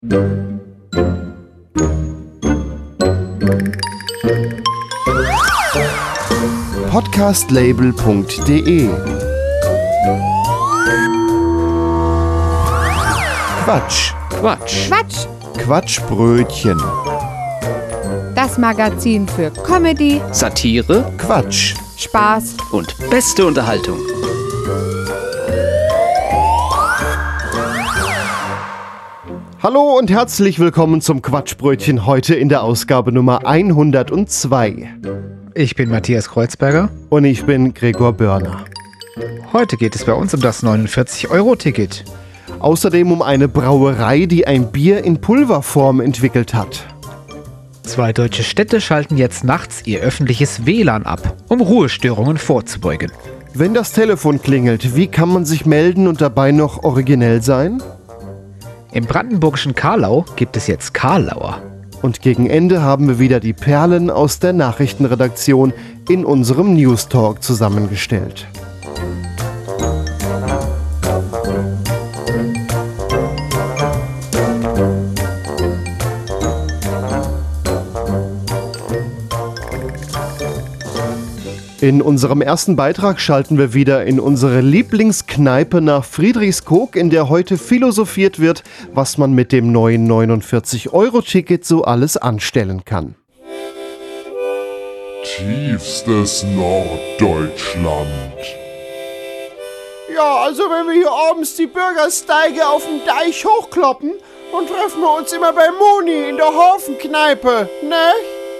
Podcastlabel.de Quatsch. Quatschbrötchen. Das Magazin für Comedy, Satire, Quatsch. Spaß und beste Unterhaltung. Hallo und herzlich willkommen zum Quatschbrötchen, heute in der Ausgabe Nummer 102. Ich bin Matthias Kreuzberger. Und ich bin Gregor Börner. Heute geht es bei uns um das 49-Euro-Ticket. Außerdem um eine Brauerei, die ein Bier in Pulverform entwickelt hat. 2 deutsche Städte schalten jetzt nachts ihr öffentliches WLAN ab, um Ruhestörungen vorzubeugen. Wenn das Telefon klingelt, wie kann man sich melden und dabei noch originell sein? Im brandenburgischen Karlau gibt es jetzt Karlauer. Und gegen Ende haben wir wieder die Perlen aus der Nachrichtenredaktion in unserem News Talk zusammengestellt. In unserem ersten Beitrag schalten wir wieder in unsere Lieblingskneipe nach Friedrichskoog, in der heute philosophiert wird, was man mit dem neuen 49-Euro-Ticket so alles anstellen kann. Tiefstes Norddeutschland. Ja, also wenn wir hier abends die Bürgersteige auf dem Deich hochkloppen, dann treffen wir uns immer bei Moni in der Hafenkneipe, ne?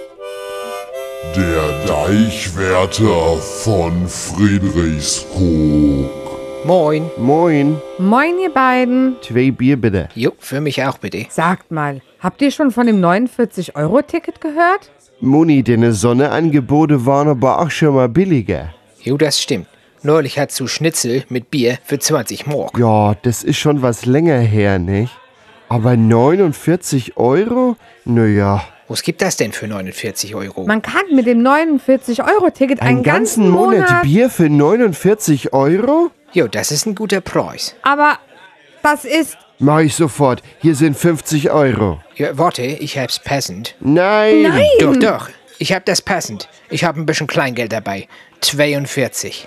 Der Deichwärter von Friedrichskoog. Moin. Moin. Moin, ihr beiden. 2 Bier bitte. Jo, für mich auch bitte. Sagt mal, habt ihr schon von dem 49-Euro-Ticket gehört? Moni, deine Sonneangebote waren aber auch schon mal billiger. Jo, das stimmt. Neulich hat zu Schnitzel mit Bier für 20 Mark. Ja, das ist schon was länger her, nicht? Aber 49 Euro? Naja. Was gibt das denn für 49 Euro? Man kann mit dem 49-Euro-Ticket einen ganzen Monat... Bier für 49 Euro? Jo, das ist ein guter Preis. Aber das ist... Mach ich sofort. Hier sind 50 Euro. Ja, warte, ich hab's passend. Nein! Doch, ich hab das passend. Ich hab ein bisschen Kleingeld dabei. 42.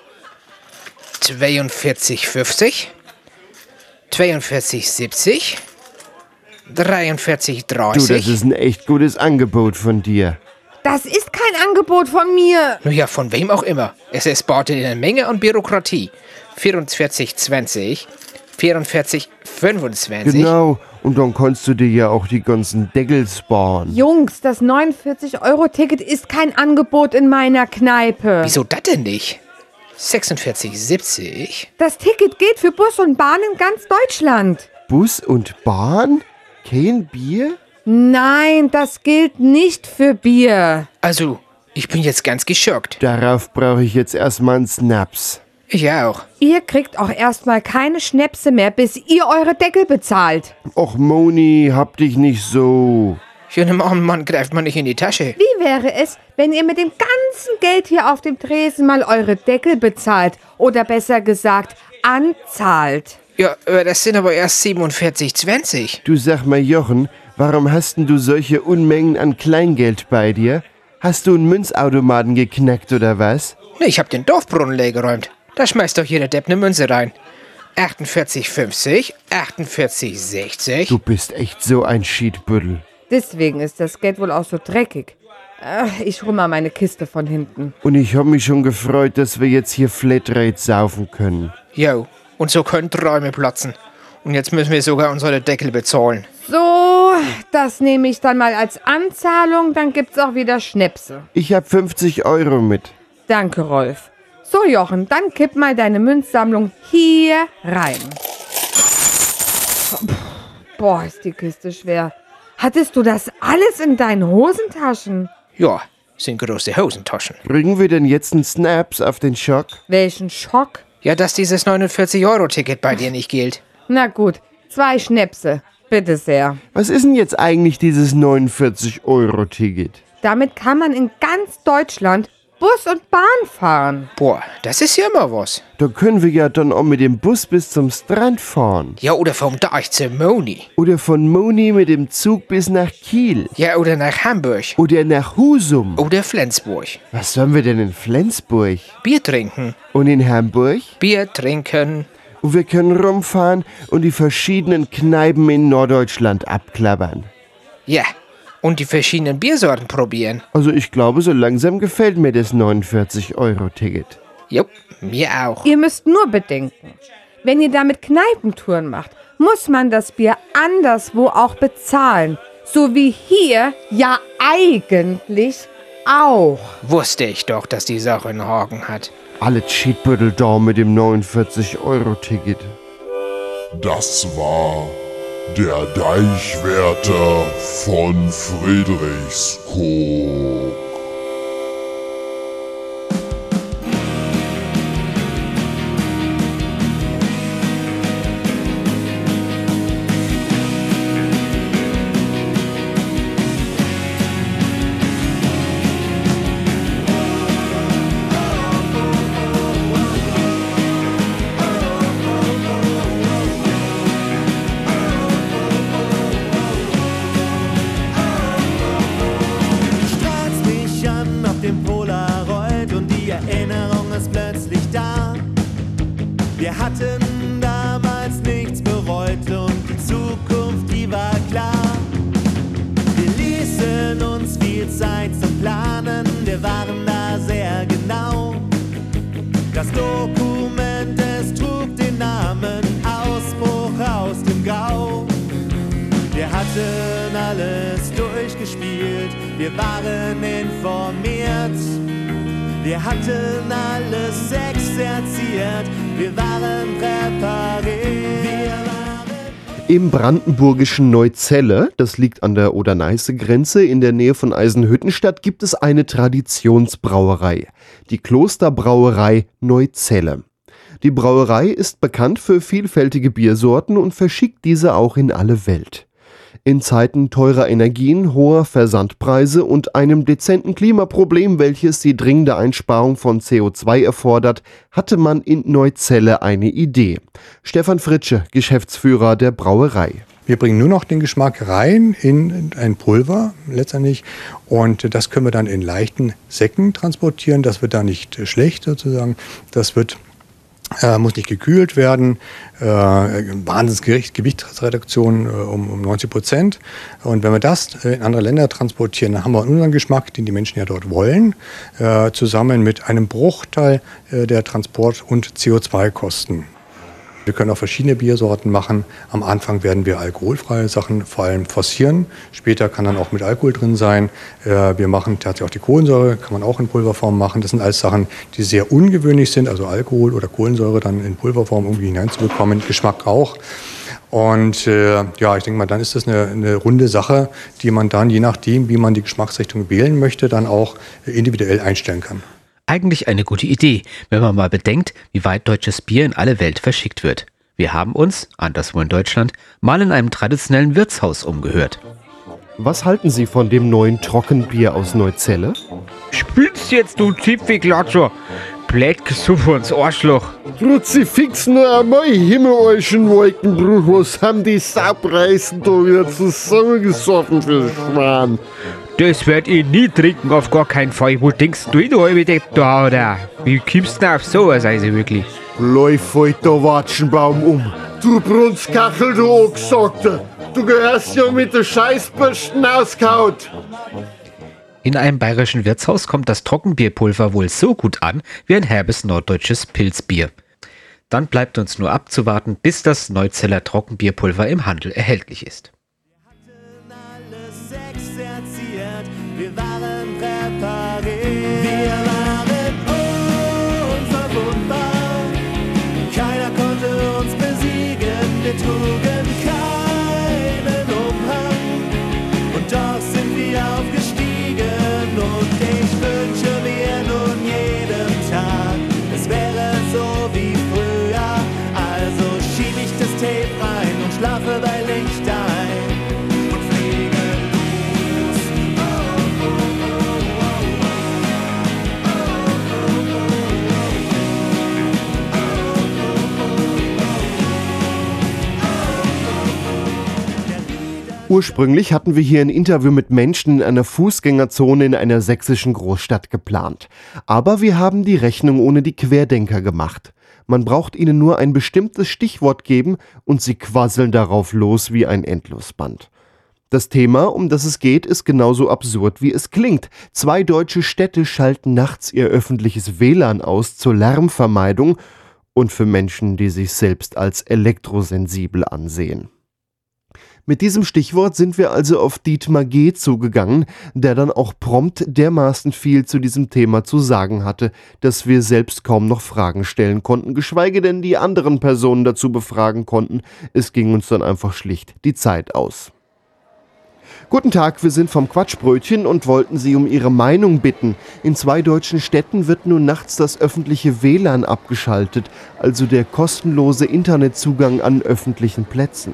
42,50. 42,70. 43,30. Du, das ist ein echt gutes Angebot von dir. Das ist kein Angebot von mir. Nun ja, von wem auch immer. Es erspart dir eine Menge an Bürokratie. 44,20. 44,25. Genau. Und dann kannst du dir ja auch die ganzen Deckel sparen. Jungs, das 49-Euro-Ticket ist kein Angebot in meiner Kneipe. Wieso das denn nicht? 46,70. Das Ticket geht für Bus und Bahn in ganz Deutschland. Bus und Bahn? Kein Bier? Nein, das gilt nicht für Bier. Also, ich bin jetzt ganz geschockt. Darauf brauche ich jetzt erstmal einen Snaps. Ich auch. Ihr kriegt auch erstmal keine Schnäpse mehr, bis ihr eure Deckel bezahlt. Och Moni, hab dich nicht so. Für einen armen Mann greift man nicht in die Tasche. Wie wäre es, wenn ihr mit dem ganzen Geld hier auf dem Tresen mal eure Deckel bezahlt? Oder besser gesagt, anzahlt. Ja, aber das sind aber erst 47,20. Du sag mal Jochen, warum hast denn du solche Unmengen an Kleingeld bei dir? Hast du einen Münzautomaten geknackt oder was? Nee, ich hab den Dorfbrunnen leergeräumt. Da schmeißt doch jeder Depp eine Münze rein. 48,50, 48,60. Du bist echt so ein Schiedbüttel. Deswegen ist das Geld wohl auch so dreckig. Ich hol mal meine Kiste von hinten. Und ich hab mich schon gefreut, dass wir jetzt hier Flatrate saufen können. Jo, und so können Träume platzen. Und jetzt müssen wir sogar unsere Deckel bezahlen. So, das nehme ich dann mal als Anzahlung, dann gibt's auch wieder Schnäpse. Ich hab 50 Euro mit. Danke, Rolf. So, Jochen, dann kipp mal deine Münzsammlung hier rein. Boah, ist die Kiste schwer. Hattest du das alles in deinen Hosentaschen? Ja, sind große Hosentaschen. Bringen wir denn jetzt einen Snaps auf den Schock? Welchen Schock. Ja, dass dieses 49-Euro-Ticket bei dir nicht gilt. Na gut, 2 Schnäpse. Bitte sehr. Was ist denn jetzt eigentlich dieses 49-Euro-Ticket? Damit kann man in ganz Deutschland Bus und Bahn fahren. Boah, das ist ja immer was. Da können wir ja dann auch mit dem Bus bis zum Strand fahren. Ja, oder vom Deich zu Moni. Oder von Moni mit dem Zug bis nach Kiel. Ja, oder nach Hamburg. Oder nach Husum. Oder Flensburg. Was sollen wir denn in Flensburg? Bier trinken. Und in Hamburg? Bier trinken. Und wir können rumfahren und die verschiedenen Kneipen in Norddeutschland abklappern. Ja, und die verschiedenen Biersorten probieren. Also ich glaube, so langsam gefällt mir das 49-Euro-Ticket. Jo, mir auch. Ihr müsst nur bedenken, wenn ihr damit Kneipentouren macht, muss man das Bier anderswo auch bezahlen. So wie hier ja eigentlich auch. Wusste ich doch, dass die Sache einen Haken hat. Alle Cheatbüttel da mit dem 49-Euro-Ticket. Das war der Deichwärter von Friedrichskoog. Wir hatten damals nichts bereut und die Zukunft, die war klar. Wir ließen uns viel Zeit zum Planen, wir waren da sehr genau. Das Dokument, es trug den Namen Ausbruch aus dem Grau. Wir hatten alles durchgespielt, wir waren informiert. Wir hatten alles exerziert, wir waren präpariert. Im brandenburgischen Neuzelle, das liegt an der Oder-Neiße-Grenze in der Nähe von Eisenhüttenstadt, gibt es eine Traditionsbrauerei, die Klosterbrauerei Neuzelle. Die Brauerei ist bekannt für vielfältige Biersorten und verschickt diese auch in alle Welt. In Zeiten teurer Energien, hoher Versandpreise und einem dezenten Klimaproblem, welches die dringende Einsparung von CO2 erfordert, hatte man in Neuzelle eine Idee. Stefan Fritsche, Geschäftsführer der Brauerei. Wir bringen nur noch den Geschmack rein in ein Pulver letztendlich und das können wir dann in leichten Säcken transportieren. Das wird dann nicht schlecht sozusagen. Das wird muss nicht gekühlt werden, Gewichtsreduktion um 90%. Und wenn wir das in andere Länder transportieren, dann haben wir unseren Geschmack, den die Menschen ja dort wollen, zusammen mit einem Bruchteil der Transport- und CO2-Kosten. Wir können auch verschiedene Biersorten machen. Am Anfang werden wir alkoholfreie Sachen vor allem forcieren. Später kann dann auch mit Alkohol drin sein. Wir machen tatsächlich auch die Kohlensäure, kann man auch in Pulverform machen. Das sind alles Sachen, die sehr ungewöhnlich sind, also Alkohol oder Kohlensäure dann in Pulverform irgendwie hineinzubekommen. Geschmack auch. Und ja, ich denke mal, dann ist das eine runde Sache, die man dann, je nachdem, wie man die Geschmacksrichtung wählen möchte, dann auch individuell einstellen kann. Eigentlich eine gute Idee, wenn man mal bedenkt, wie weit deutsches Bier in alle Welt verschickt wird. Wir haben uns, anderswo in Deutschland, mal in einem traditionellen Wirtshaus umgehört. Was halten Sie von dem neuen Trockenbier aus Neuzelle? Spinnst jetzt, du Zipfelklatscher! Blättgesuppe ins Arschloch! Kruzifix nur einmal, Himmeleuschen Wolkenbruch, was haben die Saubreißen da wieder zusammengesoffen für Schwan? Das werd ich nie trinken, auf gar keinen Fall. Wo denkst du halbe da, oder? Wie kommst du denn auf sowas, also wirklich? Läuf heute der Watschenbaum um. Du Brunskachel, du Angesagte. Du gehörst ja mit der Scheißbürsten ausgehaut. In einem bayerischen Wirtshaus kommt das Trockenbierpulver wohl so gut an wie ein herbes norddeutsches Pilzbier. Dann bleibt uns nur abzuwarten, bis das Neuzeller Trockenbierpulver im Handel erhältlich ist. Wir waren präpariert, wir waren unverwundbar. Keiner konnte uns besiegen, wir trugen keinen Umhang. Und doch sind wir aufgestiegen und ich wünsche mir nun jeden Tag, es wäre so wie früher. Also schieb ich das Tape rein und schlafe bei Licht ein. Ursprünglich hatten wir hier ein Interview mit Menschen in einer Fußgängerzone in einer sächsischen Großstadt geplant. Aber wir haben die Rechnung ohne die Querdenker gemacht. Man braucht ihnen nur ein bestimmtes Stichwort geben und sie quasseln darauf los wie ein Endlosband. Das Thema, um das es geht, ist genauso absurd, wie es klingt. 2 deutsche Städte schalten nachts ihr öffentliches WLAN aus zur Lärmvermeidung und für Menschen, die sich selbst als elektrosensibel ansehen. Mit diesem Stichwort sind wir also auf Dietmar G. zugegangen, der dann auch prompt dermaßen viel zu diesem Thema zu sagen hatte, dass wir selbst kaum noch Fragen stellen konnten, geschweige denn die anderen Personen dazu befragen konnten. Es ging uns dann einfach schlicht die Zeit aus. Guten Tag, wir sind vom Quatschbrötchen und wollten Sie um Ihre Meinung bitten. In 2 deutschen Städten wird nun nachts das öffentliche WLAN abgeschaltet, also der kostenlose Internetzugang an öffentlichen Plätzen.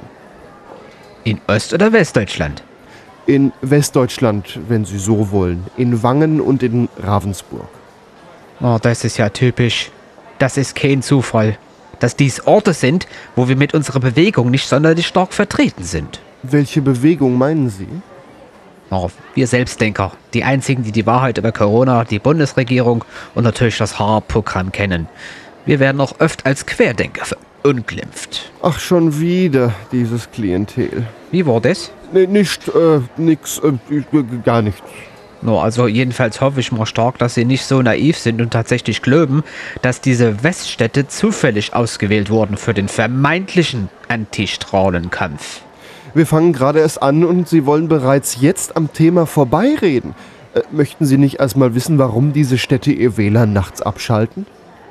In Ost- oder Westdeutschland? In Westdeutschland, wenn Sie so wollen. In Wangen und in Ravensburg. Oh, das ist ja typisch. Das ist kein Zufall, dass dies Orte sind, wo wir mit unserer Bewegung nicht sonderlich stark vertreten sind. Welche Bewegung meinen Sie? Oh, wir Selbstdenker. Die einzigen, die die Wahrheit über Corona, die Bundesregierung und natürlich das HR-Programm kennen. Wir werden auch oft als Querdenker verunglimpft. Ach, schon wieder dieses Klientel. Wie war das? Nee, nix, gar nichts. No, also jedenfalls hoffe ich mal stark, dass Sie nicht so naiv sind und tatsächlich glauben, dass diese Weststädte zufällig ausgewählt wurden für den vermeintlichen Antistrahlenkampf. Wir fangen gerade erst an und Sie wollen bereits jetzt am Thema vorbeireden. Möchten Sie nicht erstmal wissen, warum diese Städte ihr WLAN nachts abschalten?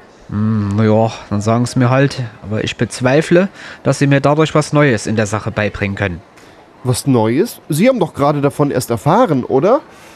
Naja, dann sagen Sie mir halt. Aber ich bezweifle, dass Sie mir dadurch was Neues in der Sache beibringen können. Was Neues? Sie haben doch gerade davon erst erfahren, oder?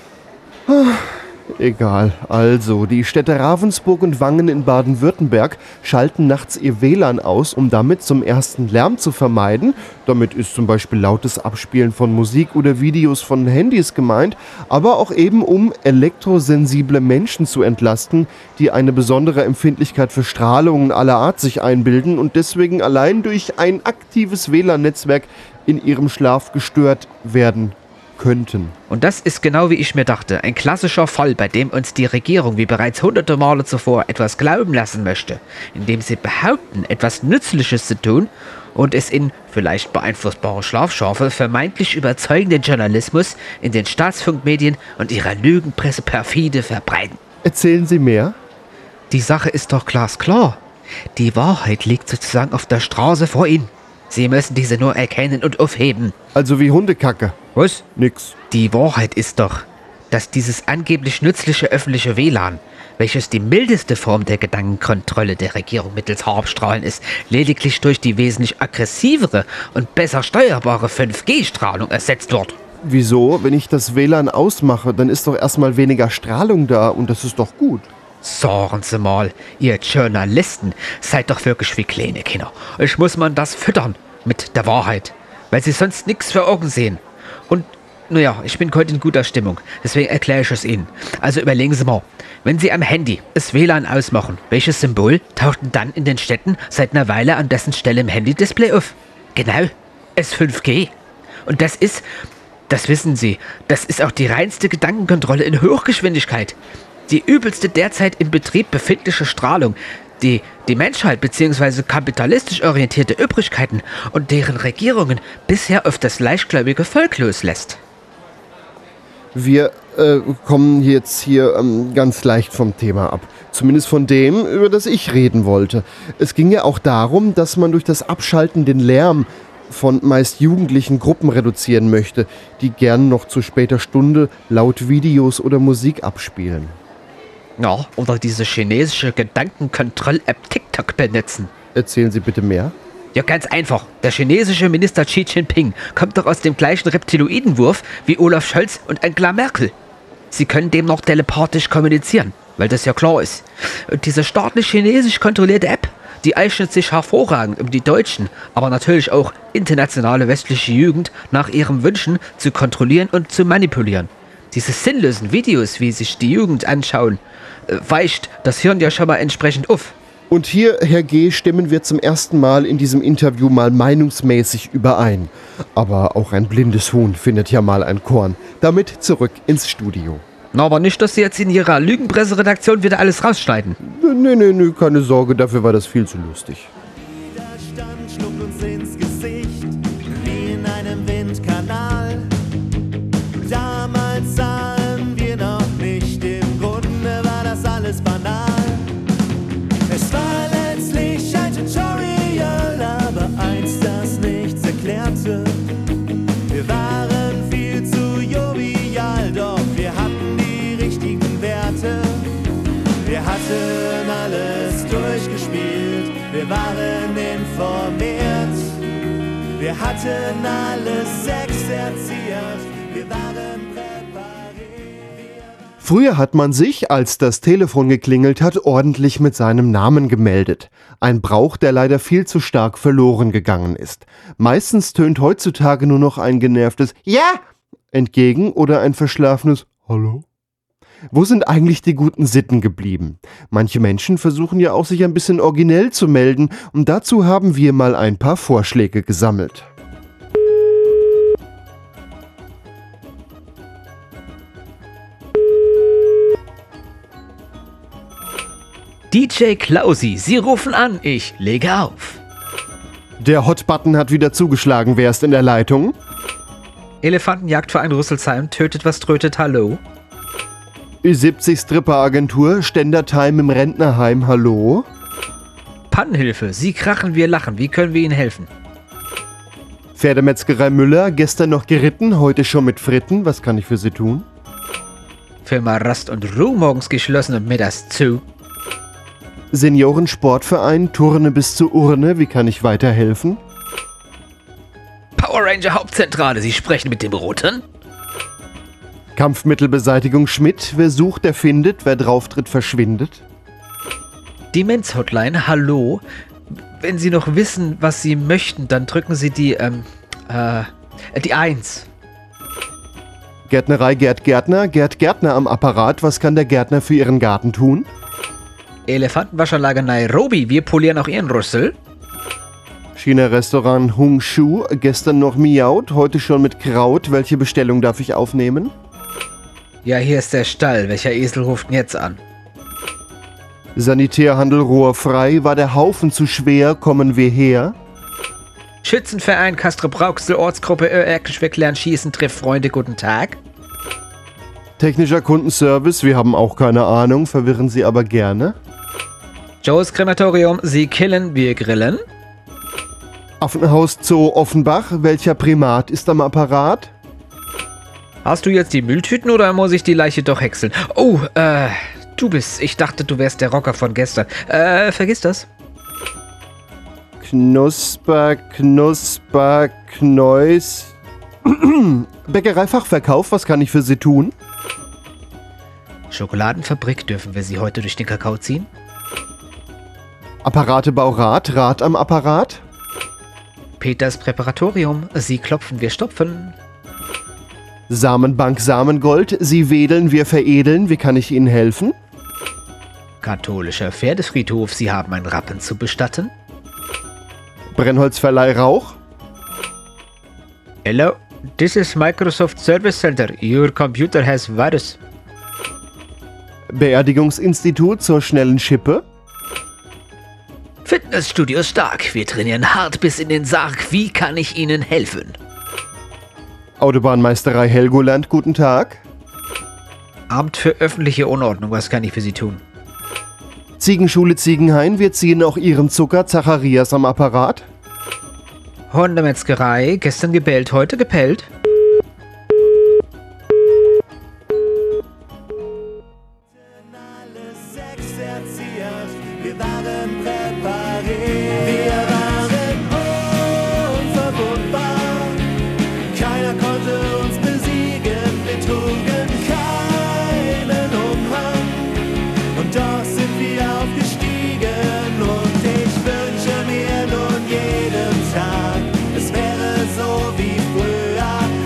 Egal. Also, die Städte Ravensburg und Wangen in Baden-Württemberg schalten nachts ihr WLAN aus, um damit zum ersten Lärm zu vermeiden. Damit ist zum Beispiel lautes Abspielen von Musik oder Videos von Handys gemeint, aber auch eben um elektrosensible Menschen zu entlasten, die eine besondere Empfindlichkeit für Strahlungen aller Art sich einbilden und deswegen allein durch ein aktives WLAN-Netzwerk in ihrem Schlaf gestört werden könnten. Und das ist genau wie ich mir dachte. Ein klassischer Fall, bei dem uns die Regierung wie bereits hunderte Male zuvor etwas glauben lassen möchte, indem sie behaupten, etwas Nützliches zu tun und es in vielleicht beeinflussbare Schlafschafe vermeintlich überzeugenden Journalismus in den Staatsfunkmedien und ihrer Lügenpresse perfide verbreiten. Erzählen Sie mehr? Die Sache ist doch glasklar. Die Wahrheit liegt sozusagen auf der Straße vor Ihnen. Sie müssen diese nur erkennen und aufheben. Also wie Hundekacke. Was? Nix. Die Wahrheit ist doch, dass dieses angeblich nützliche öffentliche WLAN, welches die mildeste Form der Gedankenkontrolle der Regierung mittels Haarabstrahlen ist, lediglich durch die wesentlich aggressivere und besser steuerbare 5G-Strahlung ersetzt wird. Wieso? Wenn ich das WLAN ausmache, dann ist doch erstmal weniger Strahlung da und das ist doch gut. Sagen Sie mal, ihr Journalisten, seid doch wirklich wie kleine Kinder. Ich muss man das füttern mit der Wahrheit, weil Sie sonst nichts für Augen sehen. Und, naja, ich bin heute in guter Stimmung, deswegen erkläre ich es Ihnen. Also überlegen Sie mal, wenn Sie am Handy das WLAN ausmachen, welches Symbol taucht denn dann in den Städten seit einer Weile an dessen Stelle im Handy-Display auf? Genau, S5G. Und das ist, das wissen Sie, das ist auch die reinste Gedankenkontrolle in Hochgeschwindigkeit. Die übelste derzeit im Betrieb befindliche Strahlung, die die Menschheit bzw. kapitalistisch orientierte Übrigkeiten und deren Regierungen bisher auf das leichtgläubige Volk loslässt. Wir kommen jetzt hier ganz leicht vom Thema ab. Zumindest von dem, über das ich reden wollte. Es ging ja auch darum, dass man durch das Abschalten den Lärm von meist jugendlichen Gruppen reduzieren möchte, die gern noch zu später Stunde laut Videos oder Musik abspielen. Ja, oder diese chinesische Gedankenkontroll-App TikTok benutzen. Erzählen Sie bitte mehr. Ja, ganz einfach. Der chinesische Minister Xi Jinping kommt doch aus dem gleichen Reptiloidenwurf wie Olaf Scholz und Angela Merkel. Sie können dem noch telepathisch kommunizieren, weil das ja klar ist. Und diese staatlich chinesisch kontrollierte App, die eignet sich hervorragend, um die deutschen, aber natürlich auch internationale westliche Jugend nach ihren Wünschen zu kontrollieren und zu manipulieren. Diese sinnlosen Videos, wie sich die Jugend anschauen, weicht das Hirn ja schon mal entsprechend auf. Und hier, Herr G., stimmen wir zum ersten Mal in diesem Interview mal meinungsmäßig überein. Aber auch ein blindes Huhn findet ja mal ein Korn. Damit zurück ins Studio. Na, aber nicht, dass Sie jetzt in Ihrer Lügenpresseredaktion wieder alles rausschneiden. Nee, keine Sorge, dafür war das viel zu lustig. Widerstand schluckt uns ins Gesicht, wie in einem Windkanal. Damals sahen wir noch nicht, im Grunde war das alles banal. Es war letztlich ein Tutorial, aber eins, das nichts erklärte. Wir waren viel zu jovial, doch wir hatten die richtigen Werte. Wir hatten alles durchgespielt, wir waren informiert. Wir hatten alles sexerziert, wir waren präpariert. Früher hat man sich, als das Telefon geklingelt hat, ordentlich mit seinem Namen gemeldet. Ein Brauch, der leider viel zu stark verloren gegangen ist. Meistens tönt heutzutage nur noch ein genervtes Ja entgegen oder ein verschlafenes Hallo. Wo sind eigentlich die guten Sitten geblieben? Manche Menschen versuchen ja auch, sich ein bisschen originell zu melden, und dazu haben wir mal ein paar Vorschläge gesammelt. DJ Klausi, Sie rufen an, ich lege auf. Der Hot-Button hat wieder zugeschlagen. Wer ist in der Leitung? Elefantenjagdverein Rüsselsheim, tötet was trötet, hallo. 70 Stripper-Agentur, Ständertime im Rentnerheim, hallo. Pannenhilfe, Sie krachen, wir lachen, wie können wir Ihnen helfen? Pferdemetzgerei Müller, gestern noch geritten, heute schon mit Fritten, was kann ich für Sie tun? Firma Rast und Ruhe, morgens geschlossen und mittags zu. Seniorensportverein, Turne bis zur Urne, wie kann ich weiterhelfen? Power Ranger Hauptzentrale, Sie sprechen mit dem Roten? Kampfmittelbeseitigung Schmidt, wer sucht, der findet, wer drauftritt, verschwindet. Demenz-Hotline, hallo. Wenn Sie noch wissen, was Sie möchten, dann drücken Sie die 1. Gärtnerei Gerd Gärtner am Apparat, was kann der Gärtner für Ihren Garten tun? Elefantenwaschanlage Nairobi, wir polieren auch Ihren Rüssel. China-Restaurant Hung Shu, gestern noch miaut, heute schon mit Kraut, welche Bestellung darf ich aufnehmen? Ja, hier ist der Stall, welcher Esel ruft denn jetzt an? Sanitärhandel rohrfrei, war der Haufen zu schwer, kommen wir her? Schützenverein Castro Brauxel, Ortsgruppe Erkenschweck Schießen, trifft Freunde, guten Tag. Technischer Kundenservice, wir haben auch keine Ahnung, verwirren Sie aber gerne. Joes Krematorium, Sie killen, wir grillen. Affenhaus Zoo Offenbach, welcher Primat ist am Apparat? Hast du jetzt die Mülltüten oder muss ich die Leiche doch häckseln? Oh, du bist, ich dachte, du wärst der Rocker von gestern. Vergiss das. Knusper, Kneus. Bäckereifachverkauf, was kann ich für Sie tun? Schokoladenfabrik, dürfen wir Sie heute durch den Kakao ziehen? Apparatebaurat, Rad am Apparat? Peters Präparatorium, Sie klopfen, wir stopfen. Samenbank Samengold, Sie wedeln, wir veredeln, wie kann ich Ihnen helfen? Katholischer Pferdefriedhof, Sie haben ein Rappen zu bestatten? Brennholzverleih Rauch? Hello, this is Microsoft Service Center. Your computer has virus. Beerdigungsinstitut zur schnellen Schippe? Fitnessstudio Stark, wir trainieren hart bis in den Sarg. Wie kann ich Ihnen helfen? Autobahnmeisterei Helgoland, guten Tag. Amt für öffentliche Unordnung, was kann ich für Sie tun? Ziegenschule Ziegenhain, wir ziehen auch Ihren Zucker, Zacharias am Apparat. Hundemetzgerei, gestern gebellt, heute gepellt. Alles sexerziert, wir waren präpariert, wir waren unverwundbar. Keiner konnte uns besiegen, wir trugen keinen Umhang. Und doch sind wir aufgestiegen und ich wünsche mir nun jeden Tag, es wäre so wie früher.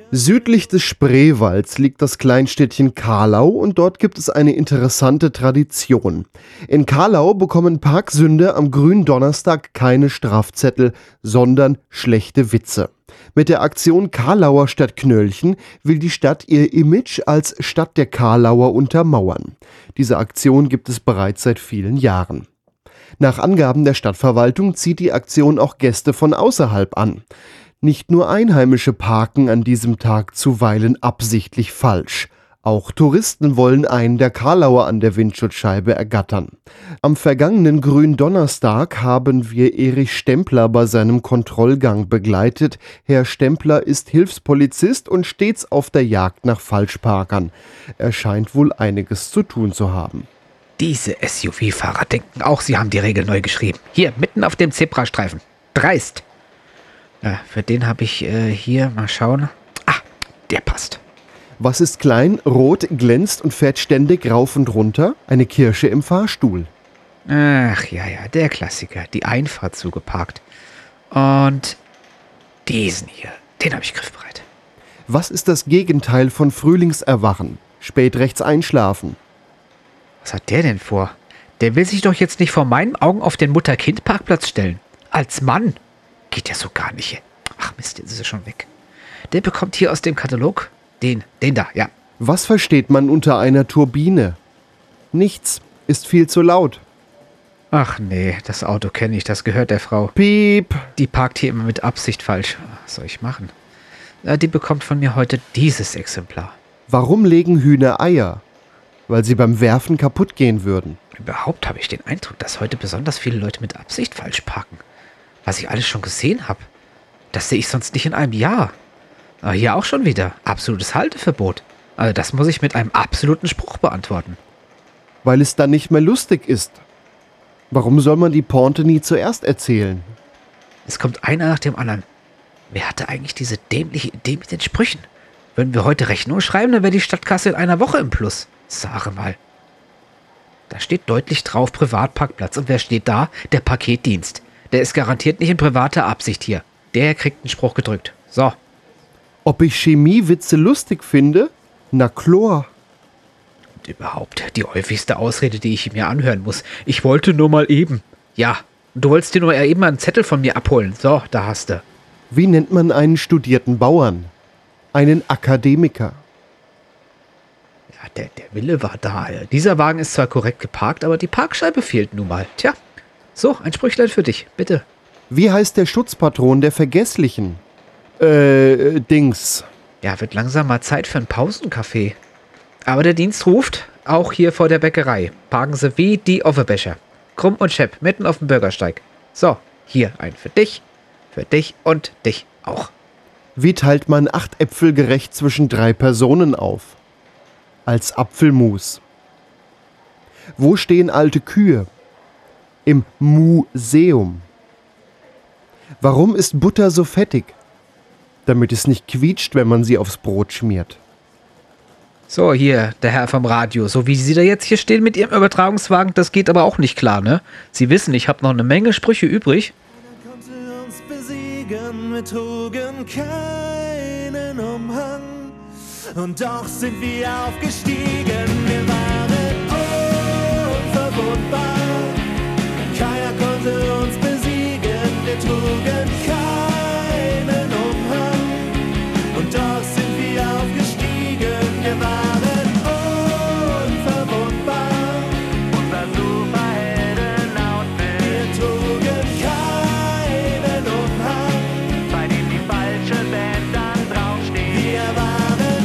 Südlich des Spreewalds liegt das Kleinstädtchen Carlau und dort gibt es eine interessante Tradition. In Carlau bekommen Parksünder am Gründonnerstag keine Strafzettel, sondern schlechte Witze. Mit der Aktion Carlauer statt Knöllchen will die Stadt ihr Image als Stadt der Carlauer untermauern. Diese Aktion gibt es bereits seit vielen Jahren. Nach Angaben der Stadtverwaltung zieht die Aktion auch Gäste von außerhalb an. Nicht nur Einheimische parken an diesem Tag zuweilen absichtlich falsch. Auch Touristen wollen einen der Carlauer an der Windschutzscheibe ergattern. Am vergangenen Gründonnerstag haben wir Erich Stempler bei seinem Kontrollgang begleitet. Herr Stempler ist Hilfspolizist und stets auf der Jagd nach Falschparkern. Er scheint wohl einiges zu tun zu haben. Diese SUV-Fahrer denken auch, sie haben die Regel neu geschrieben. Hier, mitten auf dem Zebrastreifen. Dreist. Ja, für den habe ich hier, mal schauen. Ah, der passt. Was ist klein, rot, glänzt und fährt ständig rauf und runter? Eine Kirsche im Fahrstuhl. Ach ja, der Klassiker. Die Einfahrt zugeparkt. Und diesen hier, den habe ich griffbereit. Was ist das Gegenteil von Frühlingserwachen? Spät rechts einschlafen. Was hat der denn vor? Der will sich doch jetzt nicht vor meinen Augen auf den Mutter-Kind-Parkplatz stellen. Als Mann. Geht ja so gar nicht. Ach Mist, jetzt ist er schon weg. Der bekommt hier aus dem Katalog den da, ja. Was versteht man unter einer Turbine? Nichts, ist viel zu laut. Ach nee, das Auto kenne ich, das gehört der Frau. Piep. Die parkt hier immer mit Absicht falsch. Was soll ich machen? Die bekommt von mir heute dieses Exemplar. Warum legen Hühner Eier? Weil sie beim Werfen kaputt gehen würden. Überhaupt habe ich den Eindruck, dass heute besonders viele Leute mit Absicht falsch parken. Was ich alles schon gesehen habe. Das sehe ich sonst nicht in einem Jahr. Aber hier auch schon wieder. Absolutes Halteverbot. Also das muss ich mit einem absoluten Spruch beantworten. Weil es dann nicht mehr lustig ist. Warum soll man die Pointe nie zuerst erzählen? Es kommt einer nach dem anderen. Wer hatte eigentlich diese dämliche Idee mit den Sprüchen? Würden wir heute Rechnung schreiben, dann wäre die Stadtkasse in einer Woche im Plus. Sage mal. Da steht deutlich drauf Privatparkplatz. Und wer steht da? Der Paketdienst. Der ist garantiert nicht in privater Absicht hier. Der kriegt einen Spruch gedrückt. So. Ob ich Chemiewitze lustig finde? Na klar. Und überhaupt, die häufigste Ausrede, die ich mir anhören muss. Ich wollte nur mal eben. Ja, du wolltest dir nur eben einen Zettel von mir abholen. So, da hast du. Wie nennt man einen studierten Bauern? Einen Akademiker. Ja, der Wille war da. Dieser Wagen ist zwar korrekt geparkt, aber die Parkscheibe fehlt nun mal. Tja, so, ein Sprüchlein für dich, bitte. Wie heißt der Schutzpatron der Vergesslichen? Dings. Ja, wird langsam mal Zeit für einen Pausencafé. Aber der Dienst ruft, auch hier vor der Bäckerei. Parken Sie wie die Offebecher. Krumm und Schepp, mitten auf dem Bürgersteig. So, hier ein für dich und dich auch. Wie teilt man 8 Äpfel gerecht zwischen 3 Personen auf? Als Apfelmus. Wo stehen alte Kühe? Im Museum. Warum ist Butter so fettig? Damit es nicht quietscht, wenn man sie aufs Brot schmiert. So, hier, der Herr vom Radio. So wie Sie da jetzt hier stehen mit Ihrem Übertragungswagen, das geht aber auch nicht klar, ne? Sie wissen, ich habe noch eine Menge Sprüche übrig. Keiner konnte uns besiegen, wir trugen keinen Umhang. Und doch sind wir aufgestiegen, wir waren unverwundbar. Keiner konnte uns besiegen, wir trugen keinen Umhang. Und doch sind wir aufgestiegen, wir waren unverwundbar. Unser Superhelden-Outfit. Wir trugen keinen Umhang, bei dem die falsche Band dann draufsteht. Wir waren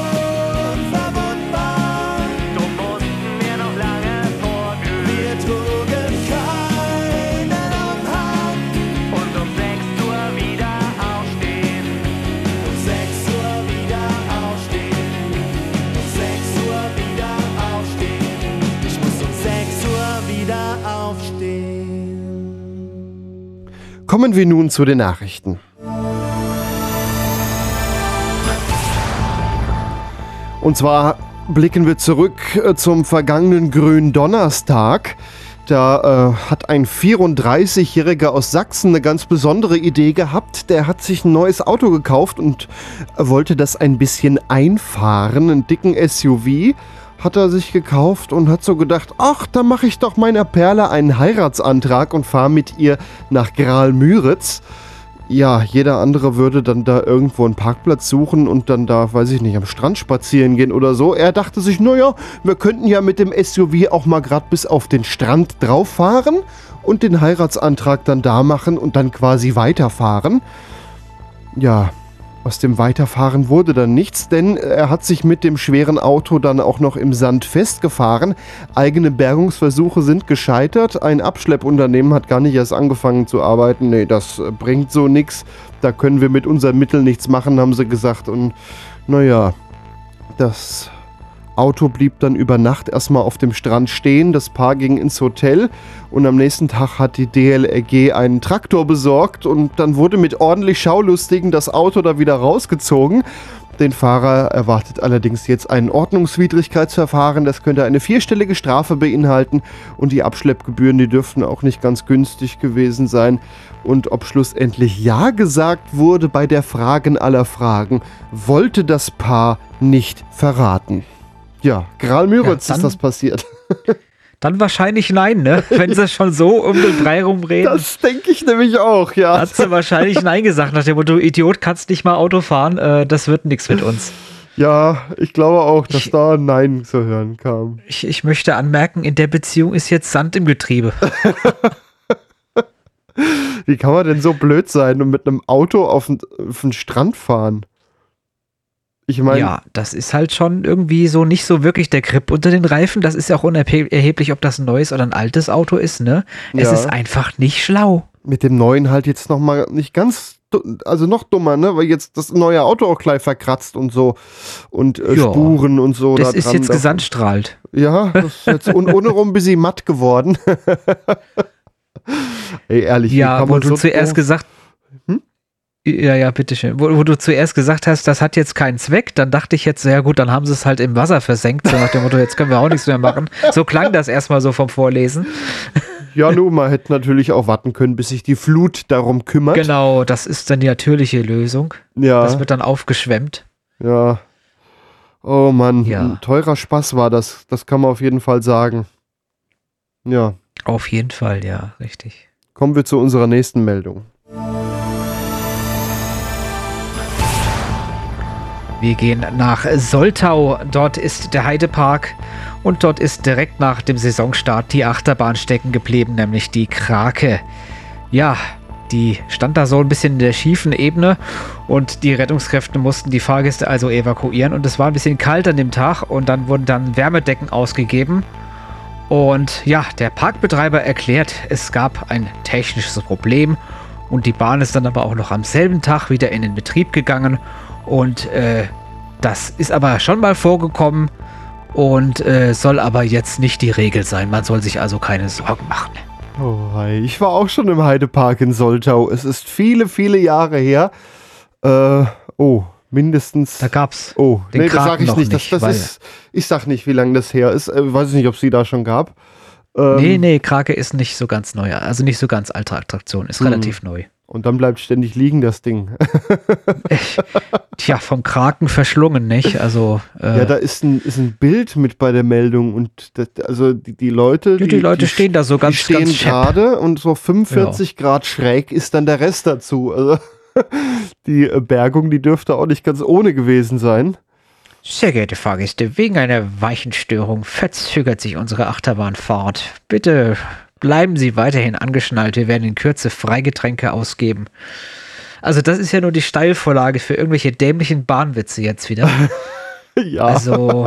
unverwundbar, drum mussten wir noch lange vorglühen. Wir trugen keinen Umhang und um 6 Uhr wieder aufstehen. Um 6 Uhr wieder aufstehen. Um 6 Uhr wieder aufstehen. Ich muss um 6 Uhr wieder aufstehen. Kommen wir nun zu den Nachrichten. Und zwar blicken wir zurück zum vergangenen Gründonnerstag. Da hat ein 34-Jähriger aus Sachsen eine ganz besondere Idee gehabt. Der hat sich ein neues Auto gekauft und wollte das ein bisschen einfahren. Einen dicken SUV hat er sich gekauft und hat so gedacht, ach, da mache ich doch meiner Perle einen Heiratsantrag und fahre mit ihr nach Graal-Müritz. Ja, jeder andere würde dann da irgendwo einen Parkplatz suchen und dann da, weiß ich nicht, am Strand spazieren gehen oder so. Er dachte sich, naja, wir könnten ja mit dem SUV auch mal gerade bis auf den Strand drauf fahren und den Heiratsantrag dann da machen und dann quasi weiterfahren. Ja, aus dem Weiterfahren wurde dann nichts, denn er hat sich mit dem schweren Auto dann auch noch im Sand festgefahren. Eigene Bergungsversuche sind gescheitert. Ein Abschleppunternehmen hat gar nicht erst angefangen zu arbeiten. Nee, das bringt so nichts. Da können wir mit unseren Mitteln nichts machen, haben sie gesagt. Und naja, das Auto blieb dann über Nacht erstmal auf dem Strand stehen. Das Paar ging ins Hotel und am nächsten Tag hat die DLRG einen Traktor besorgt und dann wurde mit ordentlich Schaulustigen das Auto da wieder rausgezogen. Den Fahrer erwartet allerdings jetzt ein Ordnungswidrigkeitsverfahren. Das könnte eine 4-stellige Strafe beinhalten und die Abschleppgebühren, die dürften auch nicht ganz günstig gewesen sein. Und ob schlussendlich Ja gesagt wurde bei der Fragen aller Fragen, wollte das Paar nicht verraten. Ja, Graal-Müritz ist das passiert. Dann wahrscheinlich nein, ne? Wenn sie schon so um den Brei rumreden. Das denke ich nämlich auch, ja. Hat sie wahrscheinlich nein gesagt, nach dem Motto, Idiot, kannst nicht mal Auto fahren, das wird nichts mit uns. Ja, ich glaube auch, dass da ein Nein zu hören kam. Ich möchte anmerken, in der Beziehung ist jetzt Sand im Getriebe. Wie kann man denn so blöd sein und mit einem Auto auf den Strand fahren? Ich meine, ja, das ist halt schon irgendwie so nicht so wirklich der Grip unter den Reifen. Das ist ja auch unerheblich, ob das ein neues oder ein altes Auto ist, ne? Es ist einfach nicht schlau. Mit dem neuen halt jetzt nochmal nicht ganz, also noch dummer, ne? Weil jetzt das neue Auto auch gleich verkratzt und so und Spuren und so. Das ist jetzt gesandstrahlt. Ja, das ist jetzt ohne rum ein bisschen matt geworden. Ey, ehrlich, ja, wo du zuerst gesagt Ja, bitteschön. Wo du zuerst gesagt hast, das hat jetzt keinen Zweck, dann dachte ich jetzt, ja gut, dann haben sie es halt im Wasser versenkt, so nach dem Motto, jetzt können wir auch nichts mehr machen. So klang das erstmal so vom Vorlesen. Ja, nun, man hätte natürlich auch warten können, bis sich die Flut darum kümmert. Genau, das ist dann die natürliche Lösung. Ja. Das wird dann aufgeschwemmt. Ja. Oh Mann, ein teurer Spaß war das. Das kann man auf jeden Fall sagen. Ja. Auf jeden Fall, ja, richtig. Kommen wir zu unserer nächsten Meldung. Wir gehen nach Soltau, dort ist der Heidepark und dort ist direkt nach dem Saisonstart die Achterbahn stecken geblieben, nämlich die Krake. Ja, die stand da so ein bisschen in der schiefen Ebene und die Rettungskräfte mussten die Fahrgäste also evakuieren und es war ein bisschen kalt an dem Tag und dann wurden dann Wärmedecken ausgegeben. Und ja, der Parkbetreiber erklärt, es gab ein technisches Problem und die Bahn ist dann aber auch noch am selben Tag wieder in den Betrieb gegangen. Und das ist aber schon mal vorgekommen und soll aber jetzt nicht die Regel sein. Man soll sich also keine Sorgen machen. Oh, hi. Ich war auch schon im Heidepark in Soltau. Es ist viele, viele Jahre her. Mindestens. Da gab's den Kraken das sag ich noch nicht. Das ist, ich sag nicht, wie lange das her ist. Weiß ich nicht, ob es die da schon gab. Nee, Krake ist nicht so ganz neu. Also nicht so ganz alte Attraktion. Ist relativ neu. Und dann bleibt ständig liegen, das Ding. Tja, vom Kraken verschlungen, nicht? Also, ja, da ist ein Bild mit bei der Meldung und also die Leute, die Leute stehen da so ganz stehen gerade und so 45 Grad schräg ist dann der Rest dazu. Also die Bergung, die dürfte auch nicht ganz ohne gewesen sein. Sehr geehrte Fahrgäste, wegen einer Weichenstörung verzögert sich unsere Achterbahnfahrt. Bitte bleiben Sie weiterhin angeschnallt. Wir werden in Kürze Freigetränke ausgeben. Also das ist ja nur die Steilvorlage für irgendwelche dämlichen Bahnwitze jetzt wieder. Ja. Also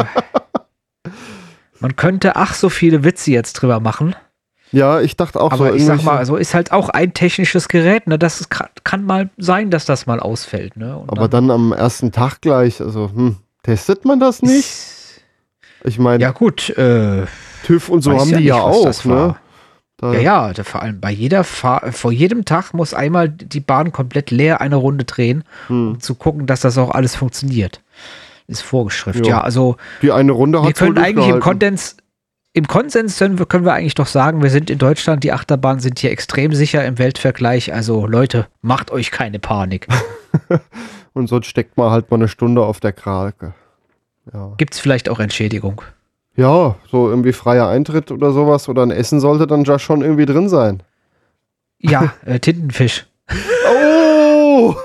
man könnte so viele Witze jetzt drüber machen. Ja, ich dachte auch aber so. Ich sag mal, also ist halt auch ein technisches Gerät, ne? Das kann mal sein, dass das mal ausfällt, ne? Und aber dann am ersten Tag gleich, also testet man das nicht? Ich meine, ja gut, TÜV und so haben die ja auch, ne? Ja, vor allem vor jedem Tag muss einmal die Bahn komplett leer eine Runde drehen, um zu gucken, dass das auch alles funktioniert. Ist Vorgeschrift. Ja, also die eine Runde hat wir können eigentlich im Kondens im Konsens können wir eigentlich doch sagen, wir sind in Deutschland, die Achterbahnen sind hier extrem sicher im Weltvergleich. Also Leute, macht euch keine Panik. Und sonst steckt man halt mal eine Stunde auf der Krake. Ja. Gibt es vielleicht auch Entschädigung? Ja, so irgendwie freier Eintritt oder sowas oder ein Essen sollte dann ja schon irgendwie drin sein. Ja, Tintenfisch. Oh!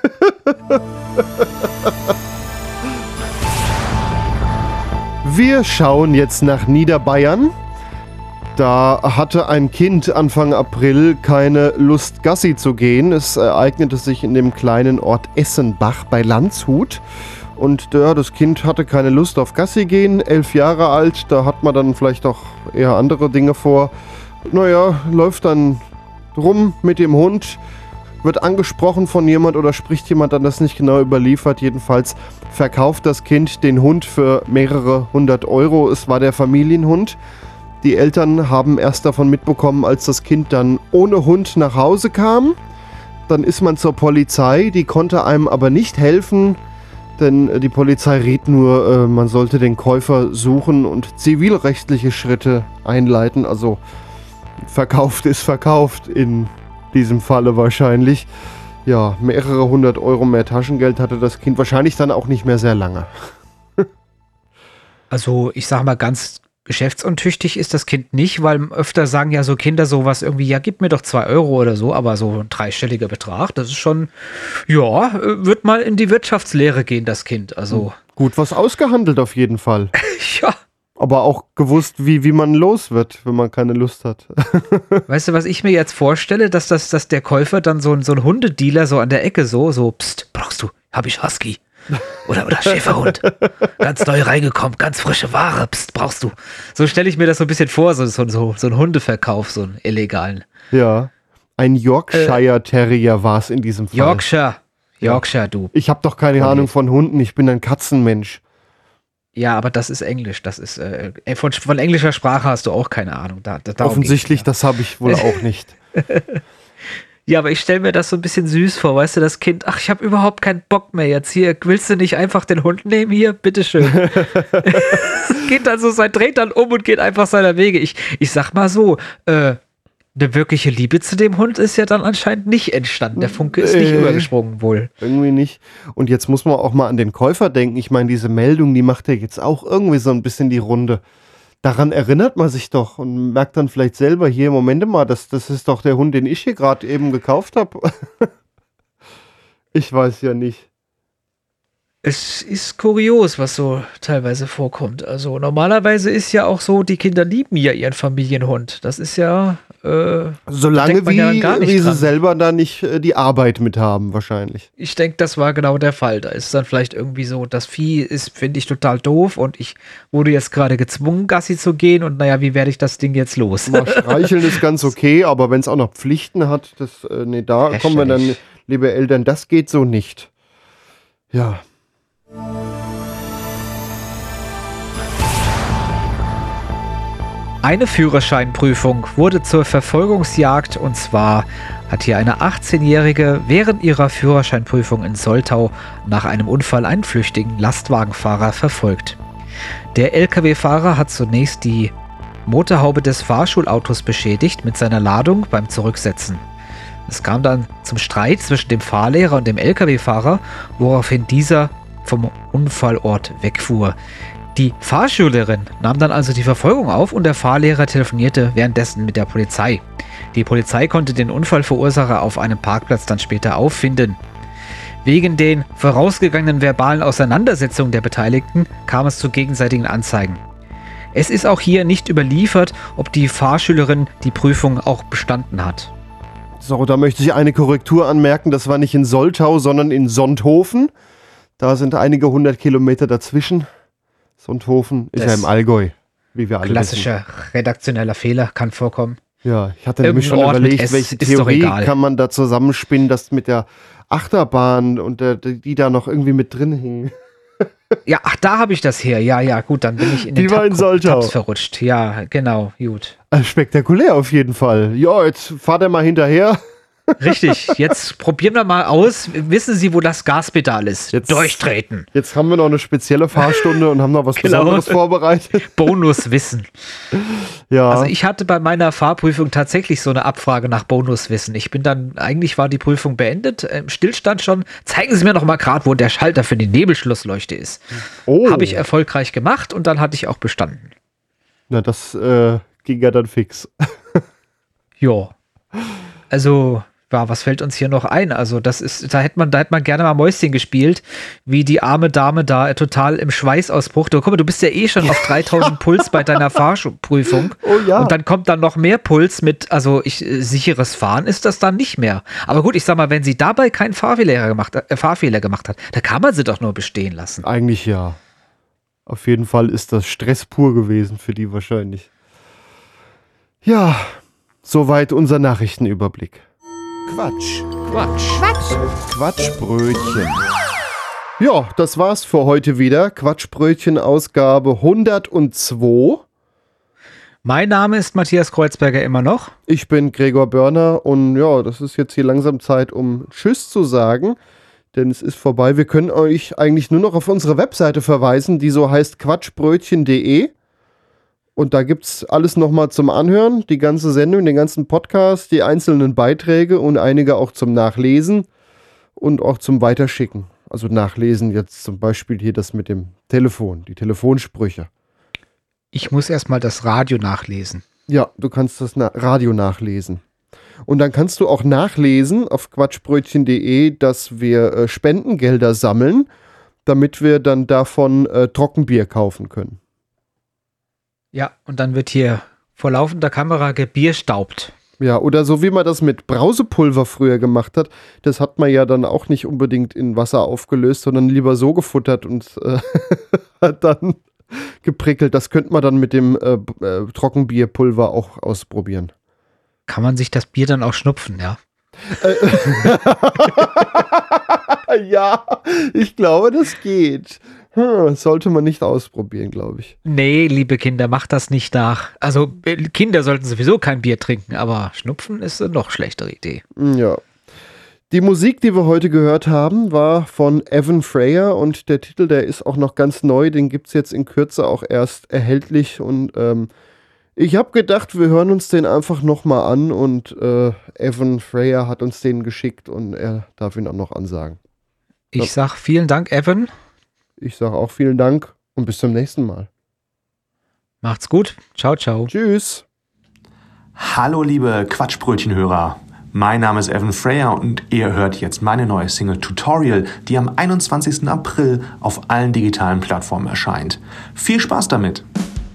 Wir schauen jetzt nach Niederbayern. Da hatte ein Kind Anfang April keine Lust, Gassi zu gehen. Es ereignete sich in dem kleinen Ort Essenbach bei Landshut. Und das Kind hatte keine Lust auf Gassi gehen, 11 Jahre alt. Da hat man dann vielleicht auch eher andere Dinge vor. Naja, läuft dann rum mit dem Hund, wird angesprochen von jemand oder spricht jemand dann, das nicht genau überliefert. Jedenfalls verkauft das Kind den Hund für mehrere 100 Euro. Es war der Familienhund. Die Eltern haben erst davon mitbekommen, als das Kind dann ohne Hund nach Hause kam. Dann ist man zur Polizei, die konnte einem aber nicht helfen, denn die Polizei riet nur, man sollte den Käufer suchen und zivilrechtliche Schritte einleiten. Also verkauft ist verkauft in diesem Falle wahrscheinlich. Ja, mehrere 100 Euro mehr Taschengeld hatte das Kind wahrscheinlich dann auch nicht mehr sehr lange. Also ich sag mal, ganz geschäftsuntüchtig ist das Kind nicht, weil öfter sagen ja so Kinder sowas irgendwie, ja, gib mir doch 2 Euro oder so, aber so ein dreistelliger Betrag, das ist schon, ja, wird mal in die Wirtschaftslehre gehen, das Kind. Also gut was ausgehandelt auf jeden Fall. Ja. Aber auch gewusst, wie man los wird, wenn man keine Lust hat. Weißt du, was ich mir jetzt vorstelle, dass der Käufer dann so ein Hundedealer so an der Ecke so, pst, brauchst du, hab ich Husky. Oder Schäferhund. Ganz neu reingekommen, ganz frische Ware, pst, brauchst du. So stelle ich mir das so ein bisschen vor, so ein Hundeverkauf, so einen illegalen. Ja, ein Yorkshire Terrier war es in diesem Fall. Yorkshire, du. Ich habe doch keine Ahnung von Hunden, ich bin ein Katzenmensch. Ja, aber das ist Englisch. Das ist von englischer Sprache hast du auch keine Ahnung. Offensichtlich, das habe ich wohl auch nicht. Ja, aber ich stelle mir das so ein bisschen süß vor, weißt du, das Kind, ach, ich habe überhaupt keinen Bock mehr jetzt hier. Willst du nicht einfach den Hund nehmen hier? Bitteschön. Das Kind dann so, dreht dann um und geht einfach seiner Wege. Ich sag mal so, eine wirkliche Liebe zu dem Hund ist ja dann anscheinend nicht entstanden. Der Funke ist nicht übergesprungen wohl. Irgendwie nicht. Und jetzt muss man auch mal an den Käufer denken. Ich meine, diese Meldung, die macht ja jetzt auch irgendwie so ein bisschen die Runde. Daran erinnert man sich doch und merkt dann vielleicht selber, hier, Moment mal, das ist doch der Hund, den ich hier gerade eben gekauft habe. Ich weiß ja nicht. Es ist kurios, was so teilweise vorkommt. Also normalerweise ist ja auch so, die Kinder lieben ja ihren Familienhund. Das ist ja solange wie sie selber da nicht die Arbeit mit haben, wahrscheinlich. Ich denke, das war genau der Fall. Da ist dann vielleicht irgendwie so, das Vieh ist, finde ich, total doof und ich wurde jetzt gerade gezwungen, Gassi zu gehen und naja, wie werde ich das Ding jetzt los? Mal streicheln ist ganz okay, aber wenn es auch noch Pflichten hat, da kommen wir dann, liebe Eltern, das geht so nicht. Ja. Eine Führerscheinprüfung wurde zur Verfolgungsjagd und zwar hat hier eine 18-Jährige während ihrer Führerscheinprüfung in Soltau nach einem Unfall einen flüchtigen Lastwagenfahrer verfolgt. Der LKW-Fahrer hat zunächst die Motorhaube des Fahrschulautos beschädigt mit seiner Ladung beim Zurücksetzen. Es kam dann zum Streit zwischen dem Fahrlehrer und dem LKW-Fahrer, woraufhin dieser vom Unfallort wegfuhr. Die Fahrschülerin nahm dann also die Verfolgung auf und der Fahrlehrer telefonierte währenddessen mit der Polizei. Die Polizei konnte den Unfallverursacher auf einem Parkplatz dann später auffinden. Wegen den vorausgegangenen verbalen Auseinandersetzungen der Beteiligten kam es zu gegenseitigen Anzeigen. Es ist auch hier nicht überliefert, ob die Fahrschülerin die Prüfung auch bestanden hat. So, da möchte ich eine Korrektur anmerken. Das war nicht in Soltau, sondern in Sonthofen. Da sind einige 100 Kilometer dazwischen. Sonthofen ist ja im Allgäu, wie wir alle klassischer wissen. Redaktioneller Fehler kann vorkommen. Ja, ich hatte nämlich schon überlegt, welche Theorie kann man da zusammenspinnen, dass mit der Achterbahn und die da noch irgendwie mit drin hingen. Ja, ach, da habe ich das her. Ja, gut, dann bin ich in den Tabs verrutscht. Ja, genau, gut. Spektakulär auf jeden Fall. Ja, jetzt fahrt er mal hinterher. Richtig, jetzt probieren wir mal aus. Wissen Sie, wo das Gaspedal ist? Jetzt Durchtreten. Jetzt haben wir noch eine spezielle Fahrstunde und haben noch was Genau. Besonderes vorbereitet. Bonuswissen. Ja. Also ich hatte bei meiner Fahrprüfung tatsächlich so eine Abfrage nach Bonuswissen. Eigentlich war die Prüfung beendet, im Stillstand schon. Zeigen Sie mir noch mal gerade, wo der Schalter für die Nebelschlussleuchte ist. Oh. Habe ich erfolgreich gemacht und dann hatte ich auch bestanden. Na, das ging ja dann fix. Ja. Also, ja, was fällt uns hier noch ein? Also, da hätte man gerne mal Mäuschen gespielt, wie die arme Dame da total im Schweißausbruch. Guck mal, du bist ja eh schon auf 3000 Puls bei deiner Fahrprüfung. Oh ja. Und dann kommt dann noch mehr Puls mit, sicheres Fahren ist das dann nicht mehr. Aber gut, ich sag mal, wenn sie dabei keinen Fahrfehler gemacht hat, da kann man sie doch nur bestehen lassen. Eigentlich ja. Auf jeden Fall ist das Stress pur gewesen für die wahrscheinlich. Ja, soweit unser Nachrichtenüberblick. Quatschbrötchen. Ja, das war's für heute wieder. Quatschbrötchen Ausgabe 102. Mein Name ist Matthias Kreuzberger immer noch. Ich bin Gregor Börner und ja, das ist jetzt hier langsam Zeit, um Tschüss zu sagen, denn es ist vorbei. Wir können euch eigentlich nur noch auf unsere Webseite verweisen, die so heißt quatschbrötchen.de. Und da gibt's alles nochmal zum Anhören, die ganze Sendung, den ganzen Podcast, die einzelnen Beiträge und einige auch zum Nachlesen und auch zum Weiterschicken. Also nachlesen jetzt zum Beispiel hier das mit dem Telefon, die Telefonsprüche. Ich muss erstmal das Radio nachlesen. Ja, du kannst das Radio nachlesen. Und dann kannst du auch nachlesen auf quatschbrötchen.de, dass wir Spendengelder sammeln, damit wir dann davon Trockenbier kaufen können. Ja, und dann wird hier vor laufender Kamera gebierstaubt. Ja, oder so wie man das mit Brausepulver früher gemacht hat, das hat man ja dann auch nicht unbedingt in Wasser aufgelöst, sondern lieber so gefuttert und hat dann geprickelt. Das könnte man dann mit dem Trockenbierpulver auch ausprobieren. Kann man sich das Bier dann auch schnupfen, ja? Ja, ich glaube, das geht. Sollte man nicht ausprobieren, glaube ich. Nee, liebe Kinder, macht das nicht nach. Also Kinder sollten sowieso kein Bier trinken, aber Schnupfen ist eine noch schlechtere Idee. Ja. Die Musik, die wir heute gehört haben, war von Evan Freyer und der Titel, der ist auch noch ganz neu, den gibt es jetzt in Kürze auch erst erhältlich und ich habe gedacht, wir hören uns den einfach nochmal an und Evan Freyer hat uns den geschickt und er darf ihn auch noch ansagen. Ich sag vielen Dank, Evan. Ich sage auch vielen Dank und bis zum nächsten Mal. Macht's gut. Ciao, ciao. Tschüss. Hallo liebe Quatschbrötchenhörer. Mein Name ist Evan Freyer und ihr hört jetzt meine neue Single Tutorial, die am 21. April auf allen digitalen Plattformen erscheint. Viel Spaß damit!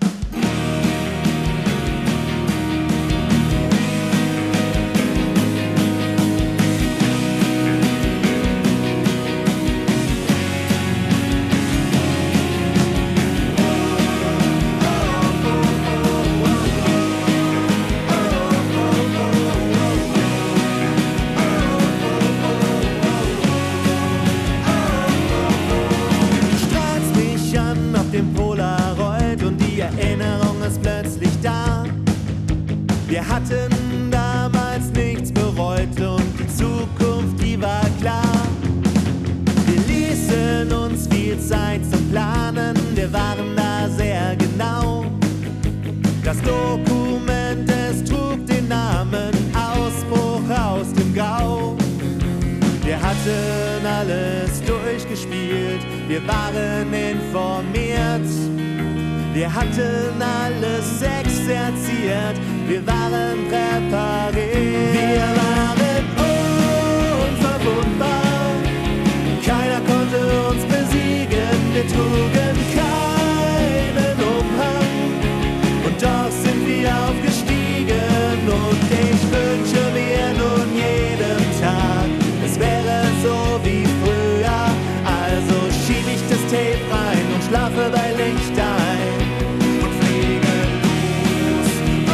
Wir waren informiert, wir hatten alles exerziert, wir waren präpariert. Wir waren unverwundbar, keiner konnte uns besiegen, wir trugen keinen Umhang und doch sind wir aufgestiegen und ich wünsche mir nun jeden Tag, es wäre so wie früher. Also schieb ich das Tape rein und schlafe bei Licht ein und fliege los.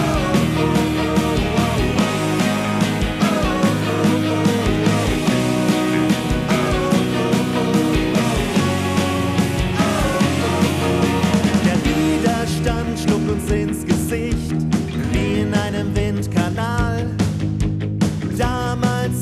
Der Widerstand schlug uns ins Gesicht wie in einem Windkanal. Damals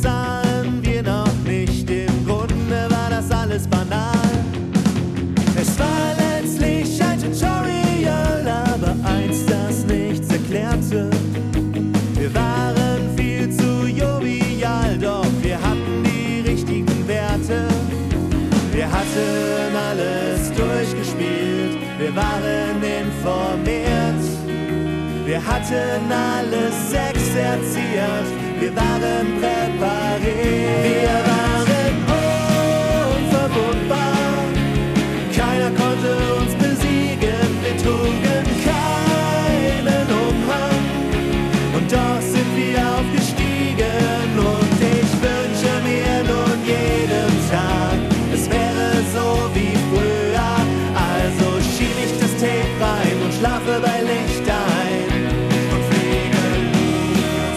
durchgespielt, wir waren informiert. Wir hatten alles exerziert, wir waren präpariert. Wir waren unverwundbar, keiner konnte uns besiegen, wir trugen keinen Umhang. Und doch sind wir aufgestiegen und ich wünsche mir nun jeden Tag, es wäre so wie früher. Also schieb ich das Tape rein und schlafe bei Licht ein und fliege los.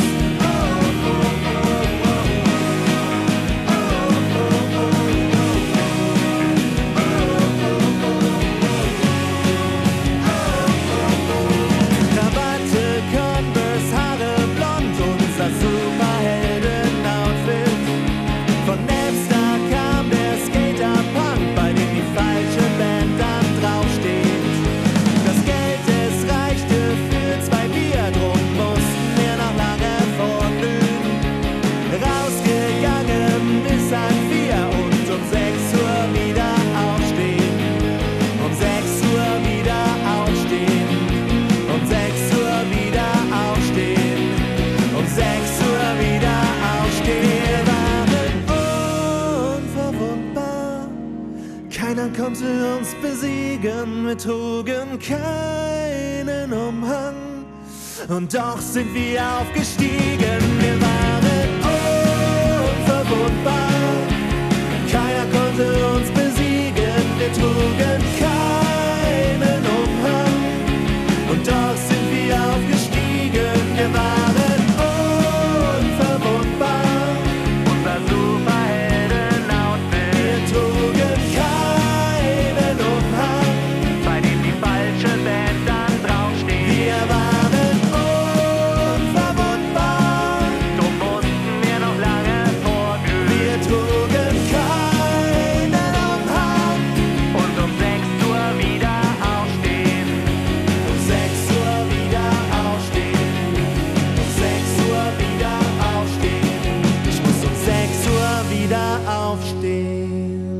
Krawatte, Converse, Haare blond, unser Superhelden-Outfit. Von Napster kam der Skater-Punk, bei dem die falsche Band dann draufsteht. Das Geld, es reichte für 2 Bier, drum mussten wir noch lange vorglühen. Rausgegangen bis an 4 und um 6 Uhr wieder aufstehen. Um 6 Uhr wieder aufstehen. Um 6 Uhr wieder aufstehen. Um 6 Uhr wieder aufstehen. Wir waren unverwundbar. Keiner konnte uns besiegen. Wir trugen keinen Umhang. Und doch sind wir aufgestiegen. Wir waren unverwundbar. Keiner konnte uns besiegen. Wir trugen keinen Umhang. Und doch sind wir aufgestiegen. Wir waren unverwundbar. Unser Superhelden-Outfit. Wir trugen keinen Umhang, bei dem die falsche Band dann draufsteht. Wir waren unverwundbar. Drum mussten wir noch lange vorglühen. Wir trugen keinen Umhang und um 6 Uhr wieder aufstehen. Um 6 Uhr wieder aufstehen. Um 6 Uhr wieder aufstehen. Ich muss um 6 Uhr wieder aufstehen.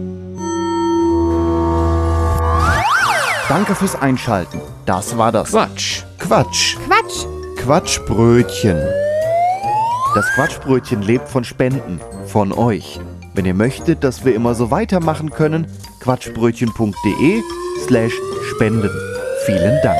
Danke fürs Einschalten. Das war das Quatsch. Quatsch. Quatschbrötchen. Das Quatschbrötchen lebt von Spenden, von euch. Wenn ihr möchtet, dass wir immer so weitermachen können, quatschbrötchen.de/spenden. Vielen Dank.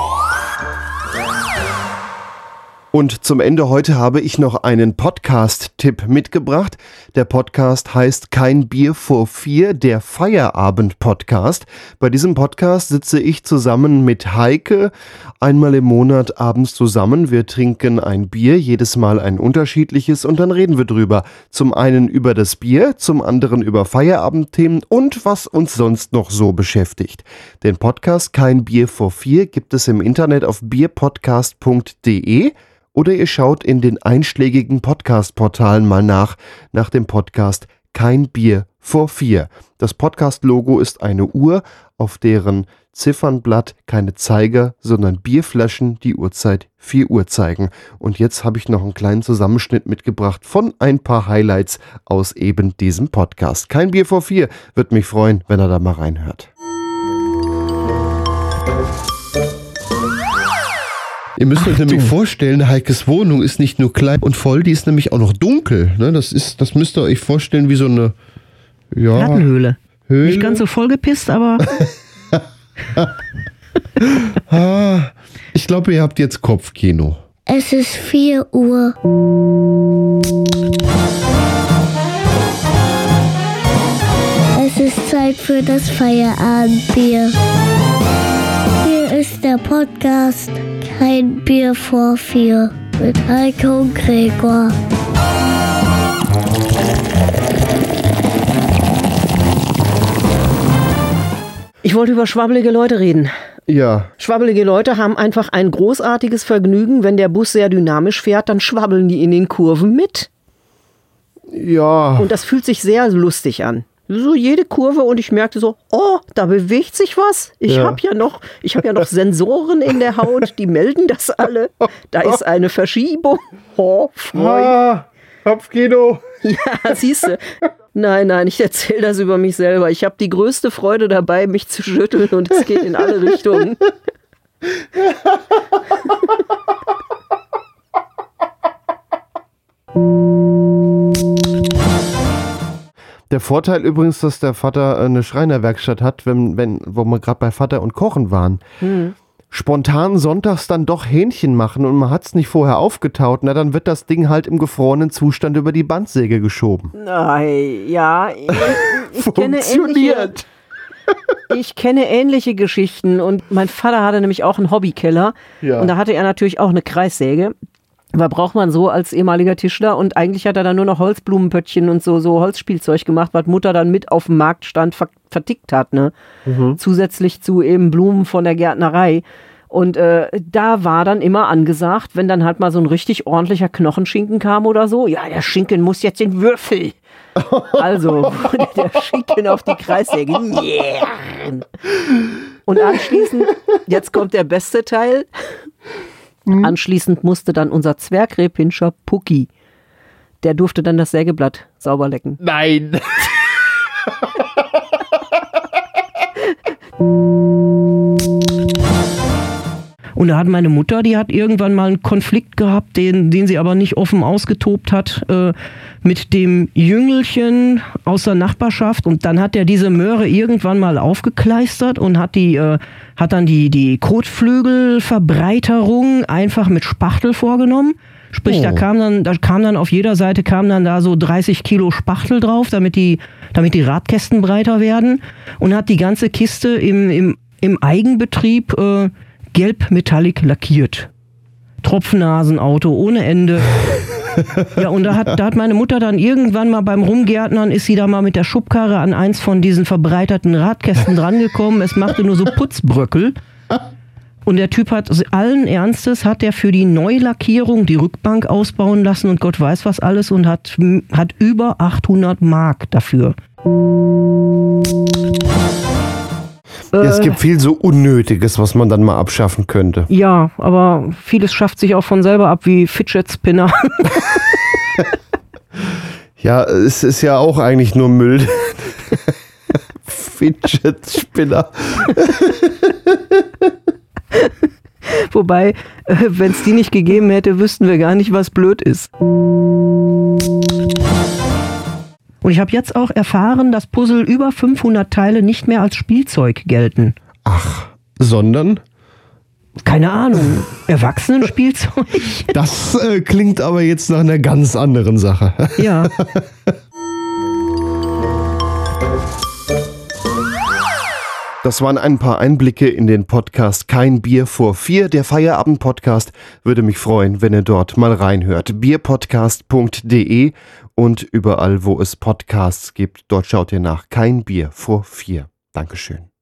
Und zum Ende heute habe ich noch einen Podcast-Tipp mitgebracht. Der Podcast heißt Kein Bier vor 4, der Feierabend-Podcast. Bei diesem Podcast sitze ich zusammen mit Heike einmal im Monat abends zusammen. Wir trinken ein Bier, jedes Mal ein unterschiedliches, und dann reden wir drüber. Zum einen über das Bier, zum anderen über Feierabendthemen und was uns sonst noch so beschäftigt. Den Podcast Kein Bier vor 4 gibt es im Internet auf bierpodcast.de. Oder ihr schaut in den einschlägigen Podcast-Portalen mal nach dem Podcast Kein Bier vor 4. Das Podcast-Logo ist eine Uhr, auf deren Ziffernblatt keine Zeiger, sondern Bierflaschen die Uhrzeit 4 Uhr zeigen. Und jetzt habe ich noch einen kleinen Zusammenschnitt mitgebracht von ein paar Highlights aus eben diesem Podcast. Kein Bier vor 4. Würde mich freuen, wenn ihr da mal reinhört. Ihr müsst euch nämlich vorstellen, Heikes Wohnung ist nicht nur klein und voll, die ist nämlich auch noch dunkel. Ne? Das müsst ihr euch vorstellen wie so eine Rattenhöhle. Nicht ganz so vollgepisst, aber... Ich glaube, ihr habt jetzt Kopfkino. Es ist 4 Uhr. Es ist Zeit für das Feierabendbier. Hier ist der Podcast Kein Bier vor 4 mit Heike und Gregor. Ich wollte über schwabbelige Leute reden. Ja. Schwabbelige Leute haben einfach ein großartiges Vergnügen. Wenn der Bus sehr dynamisch fährt, dann schwabbeln die in den Kurven mit. Ja. Und das fühlt sich sehr lustig an. So jede Kurve, und ich merkte so, oh, da bewegt sich was. Ich habe ja noch Sensoren in der Haut, die melden das alle. Da ist eine Verschiebung. Oh, Freunde. Kopfkino. Ja, siehst du. Nein, ich erzähle das über mich selber. Ich habe die größte Freude dabei, mich zu schütteln und es geht in alle Richtungen. Der Vorteil übrigens, dass der Vater eine Schreinerwerkstatt hat, wo wir gerade bei Vater und Kochen waren. Spontan sonntags dann doch Hähnchen machen und man hat es nicht vorher aufgetaut, na dann wird das Ding halt im gefrorenen Zustand über die Bandsäge geschoben. Nein, ja, ich kenne ähnliche Geschichten und mein Vater hatte nämlich auch einen Hobbykeller und da hatte er natürlich auch eine Kreissäge. Aber braucht man so als ehemaliger Tischler und eigentlich hat er dann nur noch Holzblumenpöttchen und so Holzspielzeug gemacht, was Mutter dann mit auf dem Marktstand vertickt hat, ne? Zusätzlich zu eben Blumen von der Gärtnerei. Und da war dann immer angesagt, wenn dann halt mal so ein richtig ordentlicher Knochenschinken kam oder so, ja, der Schinken muss jetzt in Würfel. Also der Schinken auf die Kreissäge. Yeah. Und anschließend, jetzt kommt der beste Teil, anschließend musste dann unser Zwergrehpinscher Pucki, der durfte dann das Sägeblatt sauber lecken. Nein! Und da hat meine Mutter, die hat irgendwann mal einen Konflikt gehabt, den sie aber nicht offen ausgetobt hat, mit dem Jüngelchen aus der Nachbarschaft. Und dann hat er diese Möhre irgendwann mal aufgekleistert und hat dann die Kotflügelverbreiterung einfach mit Spachtel vorgenommen. Sprich, da kam dann auf jeder Seite da so 30 Kilo Spachtel drauf, damit die Radkästen breiter werden. Und hat die ganze Kiste im Eigenbetrieb gelb metallic lackiert. Tropfnasenauto ohne Ende. Ja, und da hat meine Mutter dann irgendwann mal beim Rumgärtnern, ist sie da mal mit der Schubkarre an eins von diesen verbreiterten Radkästen drangekommen. Es machte nur so Putzbröckel. Und der Typ hat allen Ernstes, hat der für die Neulackierung die Rückbank ausbauen lassen und Gott weiß was alles und hat über 800 Mark dafür. Es gibt viel so Unnötiges, was man dann mal abschaffen könnte. Ja, aber vieles schafft sich auch von selber ab, wie Fidget Spinner. Ja, es ist ja auch eigentlich nur Müll. Fidget Spinner. Wobei, wenn es die nicht gegeben hätte, wüssten wir gar nicht, was blöd ist. Und ich habe jetzt auch erfahren, dass Puzzle über 500 Teile nicht mehr als Spielzeug gelten. Ach, sondern? Keine Ahnung. Erwachsenenspielzeug? Das klingt aber jetzt nach einer ganz anderen Sache. Ja. Das waren ein paar Einblicke in den Podcast Kein Bier vor 4, der Feierabend-Podcast. Würde mich freuen, wenn ihr dort mal reinhört. bierpodcast.de und überall, wo es Podcasts gibt, dort schaut ihr nach Kein Bier vor 4. Dankeschön.